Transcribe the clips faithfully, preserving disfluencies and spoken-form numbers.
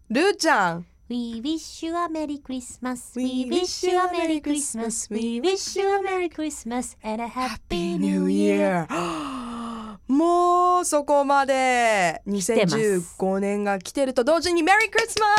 ルーちゃん。 We wish you a Merry Christmas We wish you a Merry Christmas We wish you a Merry Christmas and a Happy New Year もうそこまでにせんじゅうごねんが来てると同時にメリークリスマ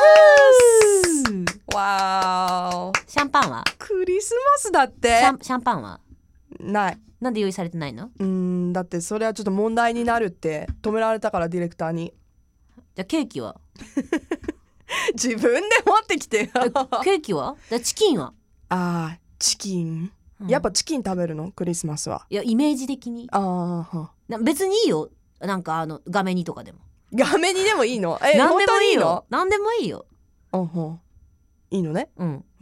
ス。わー。 シャンパンはクリスマスだってシャン、シャンパンはない。 なんで用意されてないの？ うーん、だってそれはちょっと問題になるって止められたから、ディレクターに。 じゃあケーキは自分で持ってきてよ。 ケーキはじゃあチキンはあー、チキン、うん、やっぱチキン食べるのクリスマスは？いやイメージ的に。 あー、 な別にいいよ、なんかあの画面にとかでも。 画面にでもいいの？え、 何でもいいよ。何でもいいよ。 あは、いいのね。 うんうん。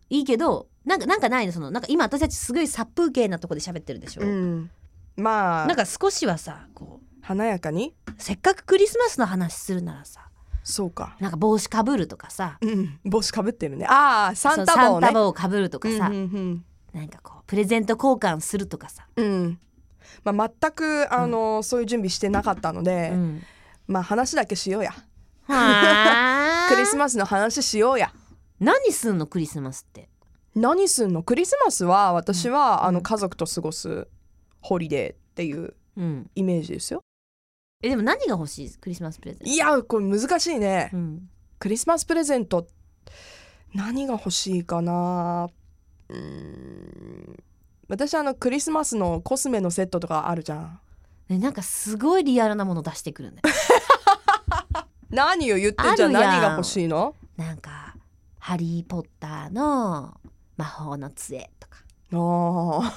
いいけど、なんかなんかないの、そのなんか今私たちすごい殺風景なとこで喋ってるでしょ。 うん。まあなんか少しはさ、こう華やかに。 せっかくクリスマスの話するならさ。 そうか。 なんか帽子かぶるとかさ。 うん。帽子かぶってるね。ああ、サンタ帽ね。 サンタ帽をかぶるとかさ。 うんうんうん、 なんかこうプレゼント交換するとかさ。 うん。まあ全くあの、うん、そういう準備してなかったので、うん、まあ話だけしようや。クリスマスの話しようや。 何すんのクリスマスって？ 何すんのクリスマスは私は、うん、あの家族と過ごすホリデーっていうイメージですよ。 えでも何が欲しいクリスマスプレゼント？ いやこれ難しいね、 うん、 クリスマスプレゼント何が欲しいかな。うーん、私あのクリスマスのコスメのセットとかあるじゃん、 ね、なんかすごいリアルなもの出してくるね。 何を言ってんじゃん。何が欲しいの？ なんかハリーポッターの魔法の杖とか。 あ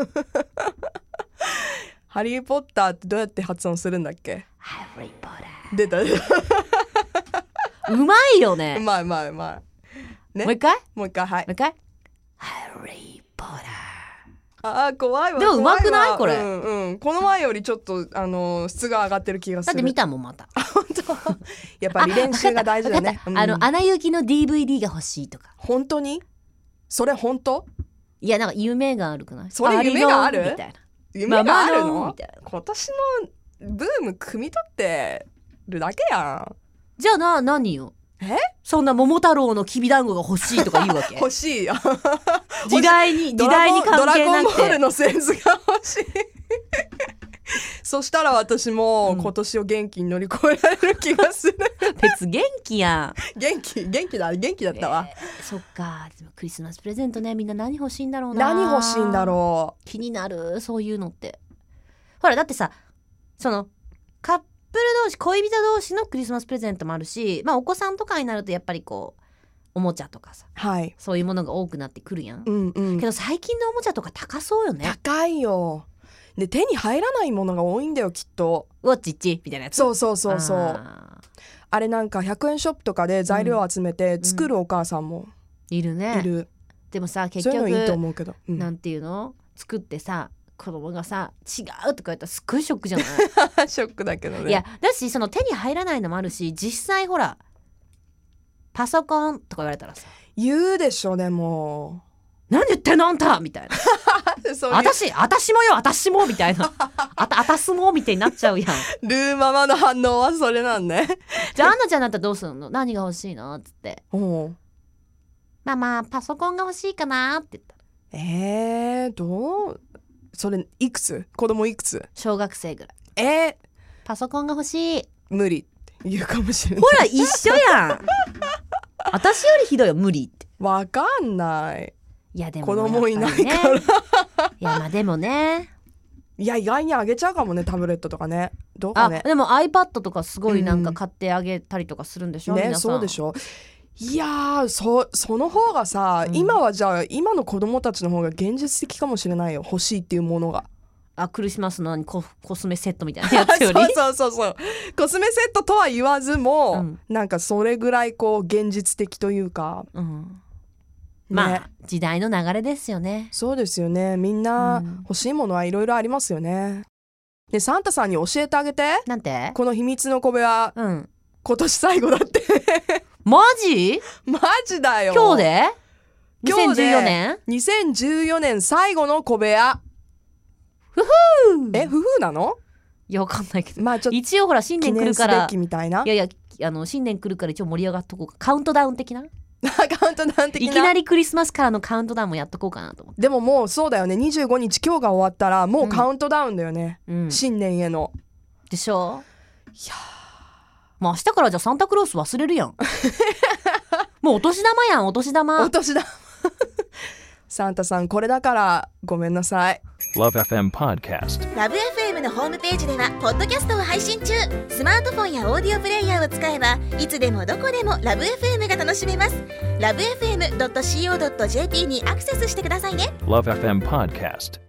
ハリーポッターってどうやって発音するんだっけ？ ハリーポッター。 出た出た。うまいよね。 うまいうまいうまい、ね、 もう一回もう一回はい。 もう一回ハリーポッター。 あー怖いわ。 でもうまくないこれ、 うんうん、この前よりちょっとあの質が上がってる気がする。 だって見たもんまた。 本当やっぱり練習が大事だね。 あ、うん、あのアナ雪の ディーブイディー が欲しいとか。 本当にそれ本当？ いやなんか夢があるくない？ それ夢があるみたいな。 夢があるの？ みたいな。 今年のブーム汲み取ってるだけやん。 じゃあな何よ。 え？ そんな桃太郎のきびだんごが欲しいとか言うわけ？ 欲しい。 時代に時代に関係なくてドラゴンボールのセンスが欲しい。そしたら私も今年を元気に乗り越えられる気がする。 別元気やん。元気元気だ元気だったわ、 えー、そっか。クリスマスプレゼントね、みんな何欲しいんだろうな。 何欲しいんだろう。 気になるそういうのって。ほらだってさ、そのカップル同士恋人同士のクリスマスプレゼントもあるし、まあお子さんとかになるとやっぱりこうおもちゃとかさ、 はい、 そういうものが多くなってくるやん、 うんうん、 けど最近のおもちゃとか高そうよね。 高いよ。で手に入らないものが多いんだよきっと。 ウォッチッチみたいなやつ。 そうそうそうそう。 あ, あれなんかひゃくえんショップとかで材料を集めて作るお母さんも、 うん、いるね。 いる。 でもさ結局そういうのいいと思うけど、うん、 なんていうの作ってさ子供がさ違うとか言ったらすっごいショックじゃない？ ショックだけどね。 いやだしその手に入らないのもあるし、実際ほらパソコンとか言われたらさ言うでしょ。でも何言ってんのあんたみたいな。そういう私私もよ私もみたいな。あたあたすもみたいになっちゃうやん。 ルーママの反応はそれなんね。 じゃあアンナちゃんだったらどうするの？何が欲しいのっつって、おママパソコンが欲しいかなって言ったら、 えーどうそれいくつ？子供いくつ？ 小学生ぐらい。 えー、 パソコンが欲しい。 無理って言うかもしれない。 ほら一緒やん。私よりひどいよ無理って。 わかんない。 いやでも子供いないから、ね、 いやまあでもね、 いや意外にあげちゃうかもね、タブレットとかね。どうかね。 あでも iPad とかすごいなんか買ってあげたりとかするんでしょ、うん、 ね。そうでしょ。いやー そ, その方がさ、うん、今はじゃあ今の子供たちの方が現実的かもしれないよ、欲しいっていうものが。 あクリスマスの コ, コスメセットみたいなやつよりそうそうそうそうコスメセットとは言わずも、うん、なんかそれぐらいこう現実的というか、うんね、まあ時代の流れですよね。 そうですよね。みんな欲しいものはいろいろありますよね。でサンタさんに教えてあげて。 なんて？ この秘密の小部屋、うん、今年最後だってマジ？ マジだよ。 今日でにせんじゅうよねんにせんじゅうよねん最後の小部屋。 ふふー。 えふふなの？ いやわかんないけど、 まあ、ちょっと一応ほら新年来るから記念すべきみたいな。 いやいやあの新年来るから一応盛り上がっとこうか、カウントダウン的なカウントダウン的な、 いきなりクリスマスからのカウントダウンもやっとこうかなと思って。 でももうそうだよね、にじゅうごにち今日が終わったらもうカウントダウンだよね、 うん、 新年への。 でしょ。 いやもう明日からじゃあサンタクロース忘れるやんもうお年玉やん、お年玉お年玉サンタさんこれだからごめんなさい。 Love エフエム Podcast。 ラブ エフエム のホームページではポッドキャストを配信中。スマートフォンやオーディオプレイヤーを使えばいつでもどこでもラブ エフエム が楽しめます。 ラブエフエムドットシーオードットジェーピー にアクセスしてくださいね。 Love エフエム Podcast。